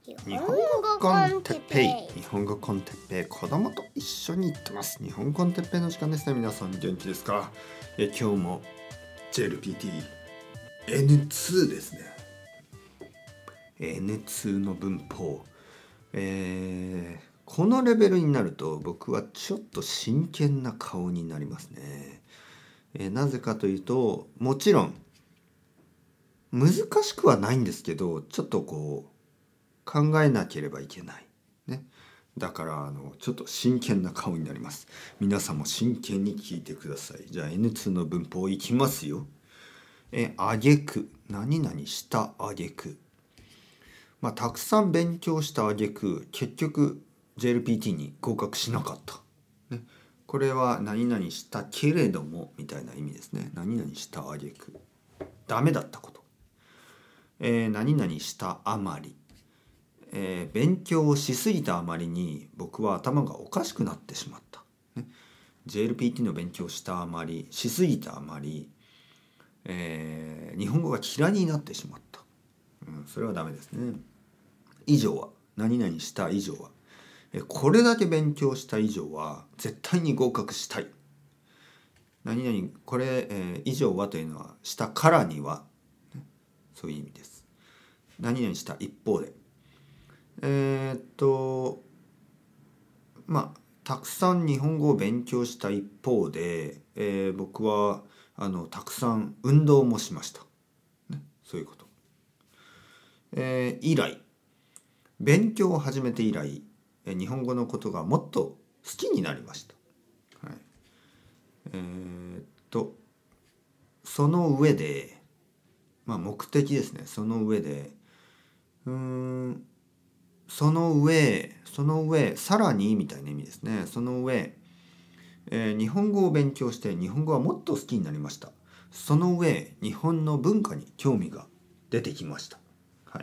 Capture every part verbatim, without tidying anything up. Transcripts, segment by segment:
日本語コンテッペイ日本語コンテッペイ子供と一緒に行ってます。日本語コンテッペイの時間ですね。皆さん元気ですか？え今日も ジェイエルピーティーエヌツー ですね。 エヌツー の文法、えー、このレベルになると僕はちょっと真剣な顔になりますね。えー、なぜかというと、もちろん難しくはないんですけど、ちょっとこう考えなければいけない、ね、だからあのちょっと真剣な顔になります。皆さんも真剣に聞いてください。じゃあ エヌツー の文法いきますよ。えあげく、何々したあげく、まあたくさん勉強したあげく結局 ジェイエルピーティー に合格しなかった、ね、これは何々したけれどもみたいな意味ですね。何々したあげく、ダメだったこと、えー、何々したあまり、えー、勉強をしすぎたあまりに僕は頭がおかしくなってしまった、ね、ジェイエルピーティー の勉強したあまり、しすぎたあまり、えー、日本語が嫌いになってしまった、うん、それはダメですね。以上は、何々した以上は、えー、これだけ勉強した以上は絶対に合格したい。何々これ、えー、以上はというのはしたからには、ね、そういう意味です。何々した一方で、えー、っとまあたくさん日本語を勉強した一方で、えー、僕はあのたくさん運動もしました、ね、そういうこと、えー、以来勉強を始めて以来、えー、日本語のことがもっと好きになりました、はい、えー、っとその上で、まあ目的ですね。その上でうーんその上、その上、さらにみたいな意味ですね。その上、えー日本語を勉強して日本語はもっと好きになりました。その上、日本の文化に興味が出てきました。はい。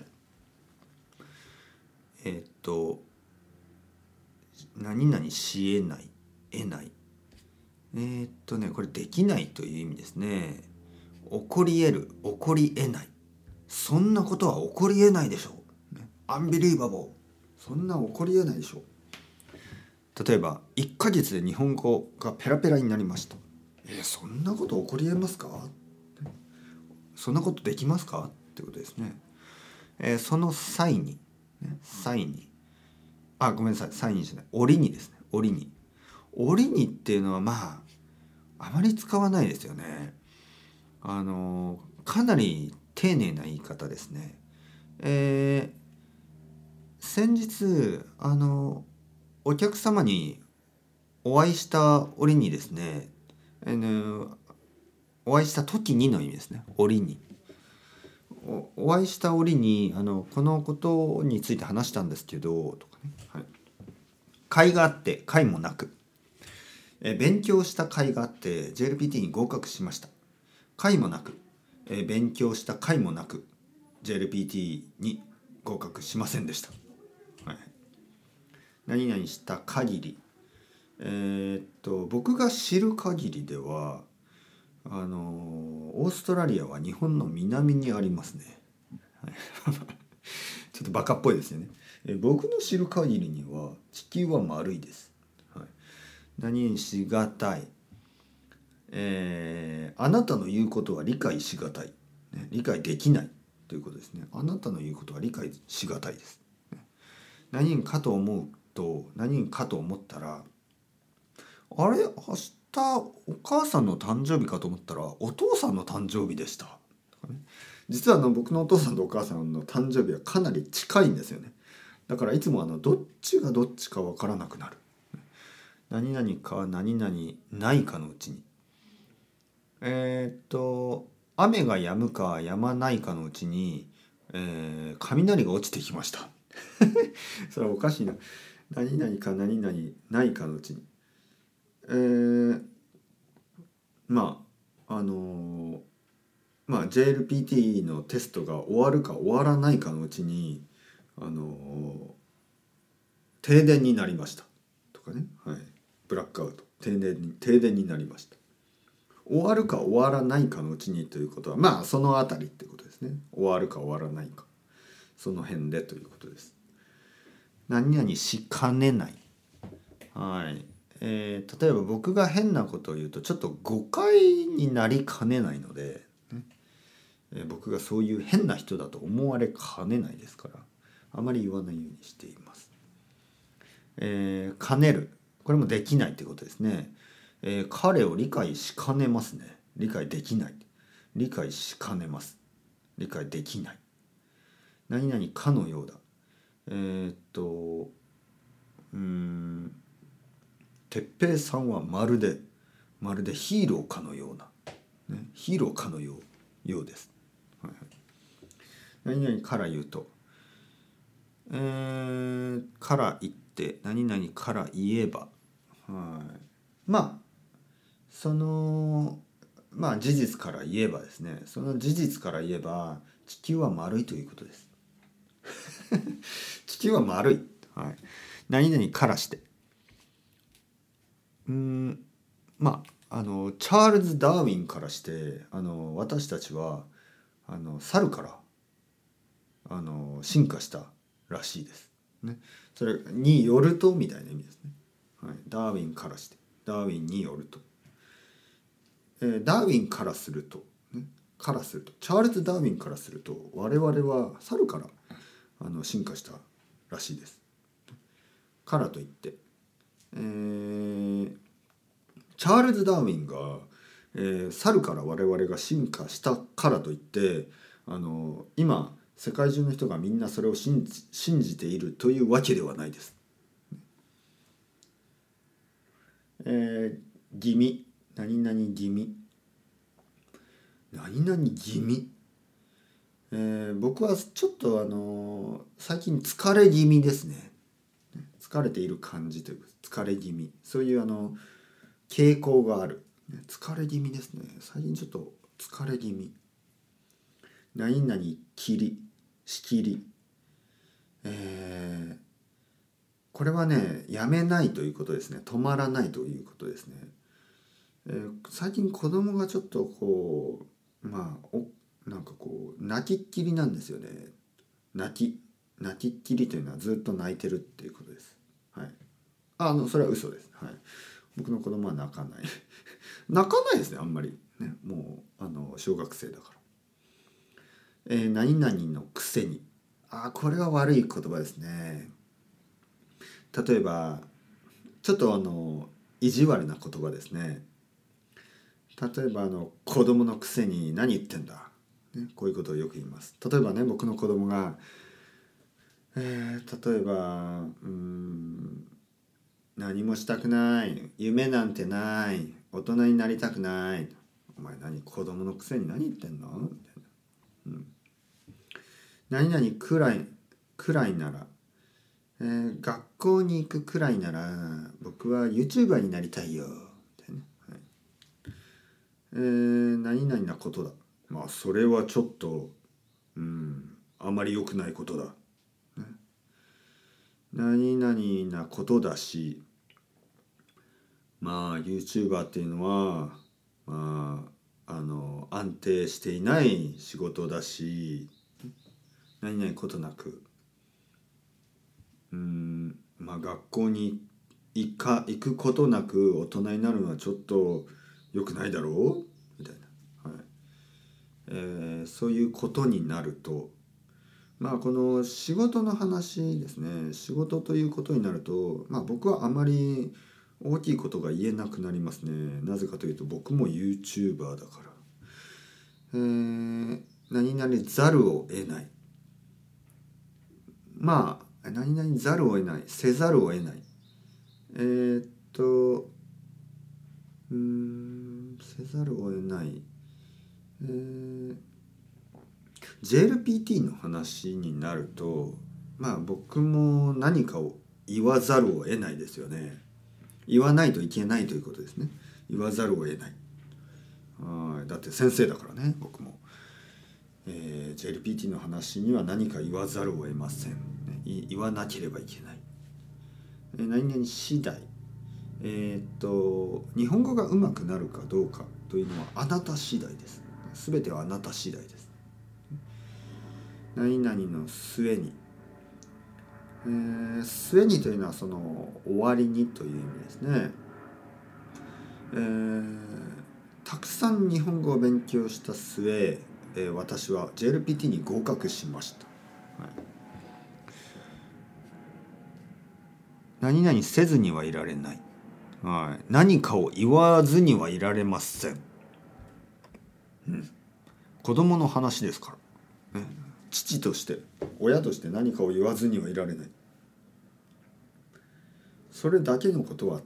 えーっと、何々しえない、得ない。えーっとね、これできないという意味ですね。起こり得る、起こり得ない。そんなことは起こり得ないでしょう。ね、アンビリーバボー。そんな起こり得ないでしょう。例えばいっかげつで日本語がペラペラになりました。えー、そんなこと起こりえますか？そんなことできますかってことですね。えー、その際に、ね、際にあごめんなさい際にじゃない折にですね。折に折にっていうのはまああまり使わないですよね。あのかなり丁寧な言い方ですね。えー、先日あのお客様にお会いした折にですね、あのお会いした時にの意味ですね。折に お, お会いした折にあのこのことについて話したんですけどとかね、はい、甲斐があって甲斐もなく、え勉強した甲斐があって ジェイエルピーティー に合格しました。甲斐もなく、え勉強した甲斐もなく ジェイエルピーティー に合格しませんでした、はい、何々した限り、えー、っと僕が知る限りではあのオーストラリアは日本の南にありますね。ちょっとバカっぽいですよね。え僕の知る限りには地球は丸いです。はい、何々しがたい、えー、あなたの言うことは理解しがたい、ね、理解できないということですね。あなたの言うことは理解しがたいです。ね、何々かと思うと何々かと思ったら、あれ明日お母さんの誕生日かと思ったらお父さんの誕生日でした、ね、実はあの僕のお父さんとお母さんの誕生日はかなり近いんですよね。だからいつもあのどっちがどっちか分からなくなる。何々か何々ないかのうちに、えー、っと雨が止むか止まないかのうちに、えー、雷が落ちてきました。それはおかしいな。何々か何々ないかのうちに、えー、まああのーまあ ジェイエルピーティー のテストが終わるか終わらないかのうちにあのー停電になりましたとかね、はい、ブラックアウト、停電に停電になりました。終わるか終わらないかのうちにということは、まあそのあたりってことですね。終わるか終わらないか、その辺でということです。 何々しかねない。はい。えー、例えば僕が変なことを言うとちょっと誤解になりかねないので、ねえー、僕がそういう変な人だと思われかねないですからあまり言わないようにしています。えー、兼ねる、これもできないってことですね。えー、彼を理解しかねますね。理解できない。理解しかねます。理解できない。何々かのようだ。えー、っとうーん哲平さんはまるでまるでヒーローかのような、ね、ヒーローかのようようです。はいはい、何々から言うと、えー、から言って何々から言えば、はい、まあそのまあ事実から言えばですね、その事実から言えば地球は丸いということです。地球は丸い、はい、何々からしてうーんまああのチャールズ・ダーウィンからしてあの私たちはあの猿からあの進化したらしいです。ね、それによるとみたいな意味ですね。はい、ダーウィンからしてダーウィンによると、えー、ダーウィンからすると、ね、からするとチャールズ・ダーウィンからすると我々は猿からあの進化したらしいです。からといって、えー、チャールズ・ダーウィンが、えー、猿から我々が進化したからといってあの今世界中の人がみんなそれを信じ、信じているというわけではないです。えー、気味何々気味何々気味、えー、僕はちょっとあの最近疲れ気味ですね。疲れている感じというか疲れ気味、そういうあの傾向がある。疲れ気味ですね。最近ちょっと疲れ気味。何々きりしきり、えー、これはねやめないということですね。止まらないということですね。えー、最近子供がちょっとこうまあおなんかこう泣きっきりなんですよね。泣き泣きっきりというのはずっと泣いてるっていうことです。はい。あのそれは嘘です。はい。僕の子供は泣かない泣かないですねあんまりね。もうあの小学生だから。えー、何々のくせに、あこれは悪い言葉ですね。例えばちょっとあの意地悪な言葉ですね。例えばあの子供のくせに何言ってんだ、ね、こういうことをよく言います。例えばね僕の子供が、えー、例えばうーん何もしたくない、夢なんてない、大人になりたくない、お前何子供のくせに何言ってんのみたいな、うん、何々くらいくらいなら、えー、学校に行くくらいなら僕は YouTuber になりたいよってね、はい、えー、何々なことだ、まあそれはちょっとうんあまり良くないことだ、ね、何々なことだし、まあ YouTuber っていうのはまああの安定していない仕事だし、何々ことなくうーんまあ学校に行か行くことなく大人になるのはちょっと良くないだろうみたいな、はいえー、そういうことになると、まあこの仕事の話ですね。仕事ということになると、まあ僕はあまり大きいことが言えなくなりますね。なぜかというと僕も YouTuber だから。えー、何々ざるを得ない。まあ何々ざるを得ない。せざるを得ない。えー、っと、うーん、せざるを得ない。えー、ジェーエルピーティー の話になると、まあ僕も何かを言わざるを得ないですよね。言わないといけないということですね。言わざるを得ない。はい、だって先生だからね、僕も。えー、ジェーエルピーティー の話には何か言わざるを得ません。言わなければいけない。えー、何々次第。えー、っと、日本語がうまくなるかどうかというのはあなた次第です。すべてはあなた次第です。何々の末に、 えー、末にというのはその終わりにという意味ですね。えー、たくさん日本語を勉強した末、えー、私は ジェイエルピーティー に合格しました。はい、何々せずにはいられない。はい、何かを言わずにはいられません。うん、子供の話ですから、ね、父として親として何かを言わずにはいられない。それだけのことはあって、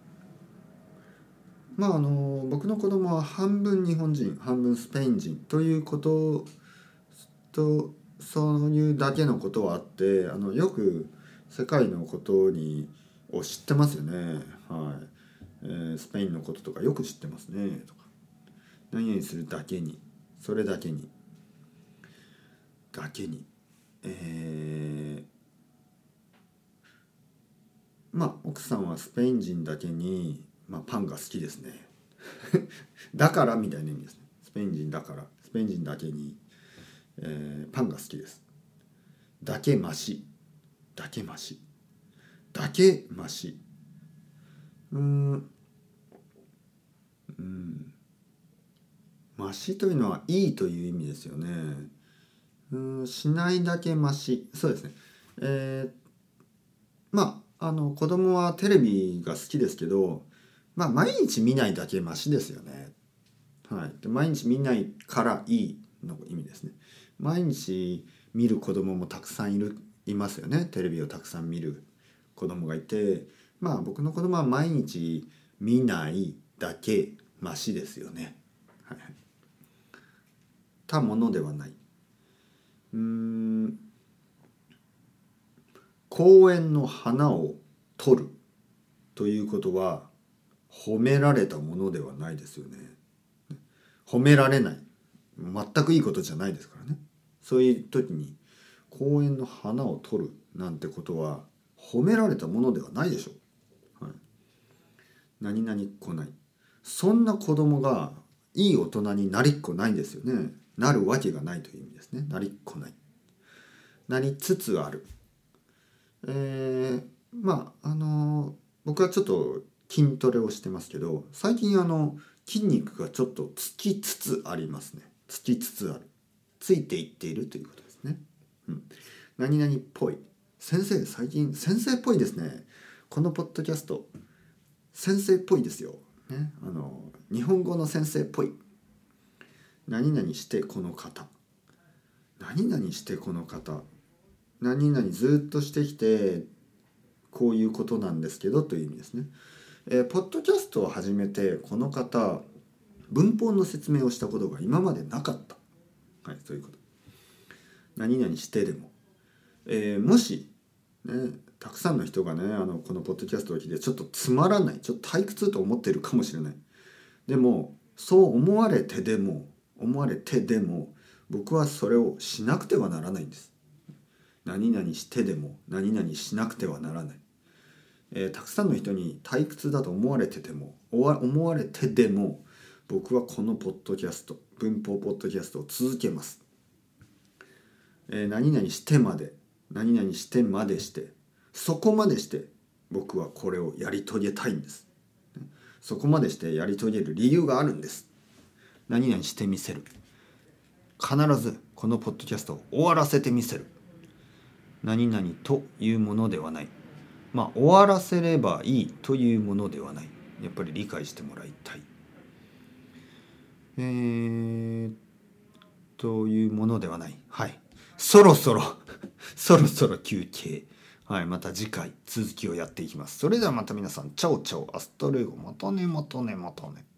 まああの僕の子供は半分日本人半分スペイン人ということと、そういうだけのことはあって、あのよく世界のことにを知ってますよね。はい、えー、スペインのこととかよく知ってますねとか、何々するだけに、それだけにだけに、えー、まあ奥さんはスペイン人だけに、まあ、パンが好きですねだからみたいな意味ですね。スペイン人だから、スペイン人だけに、えー、パンが好きです。だけまし、だけまし、だけまし、うーんうんましというのはいいという意味ですよね。うーんしないだけまし、そうですね。えー、まああの子供はテレビが好きですけど、まあ毎日見ないだけマシですよね。はい、で毎日見ないからいいの意味ですね。毎日見る子供もたくさんいるいますよね。テレビをたくさん見る子供がいて、まあ僕の子供は毎日見ないだけマシですよね。はい、たものではない。うーん公園の花を取るということは褒められたものではないですよね。褒められない、全くいいことじゃないですからね。そういう時に公園の花を取るなんてことは褒められたものではないでしょう。はい、何々っこない、そんな子供がいい大人になりっこないんですよね。なるわけがないという意味ですね。なりっこない、なりつつある。えー、まああの僕はちょっと筋トレをしてますけど、最近あの筋肉がちょっとつきつつありますね。つきつつある、ついていっているということですね。うん、何々っぽい、先生最近先生っぽいですね。このポッドキャスト先生っぽいですよ、ね、あの日本語の先生っぽい。何々してこの方、何々してこの方、何々ずっとしてきてこういうことなんですけどという意味ですね。えー、ポッドキャストを始めてこの方文法の説明をしたことが今までなかった。はい、そういうこと。何々してでも、えー、もし、ね、たくさんの人がねあのこのポッドキャストを聞いてちょっとつまらない、ちょっと退屈と思っているかもしれない。でもそう思われてでも思われてでも僕はそれをしなくてはならないんです。何々してでも何々しなくてはならない。えー、たくさんの人に退屈だと思われてても思われてでも僕はこのポッドキャスト、文法ポッドキャストを続けます。えー、何々してまで何々してまでしてそこまでして僕はこれをやり遂げたいんです。そこまでしてやり遂げる理由があるんです。何々してみせる。必ずこのポッドキャストを終わらせてみせる。何々というものではない。まあ終わらせればいいというものではない。やっぱり理解してもらいたい。えー、というものではない。はい。そろそろそろそろ休憩。はい。また次回続きをやっていきます。それではまた皆さん、チャオチャオ、アストレゴ、またねまたねまたね。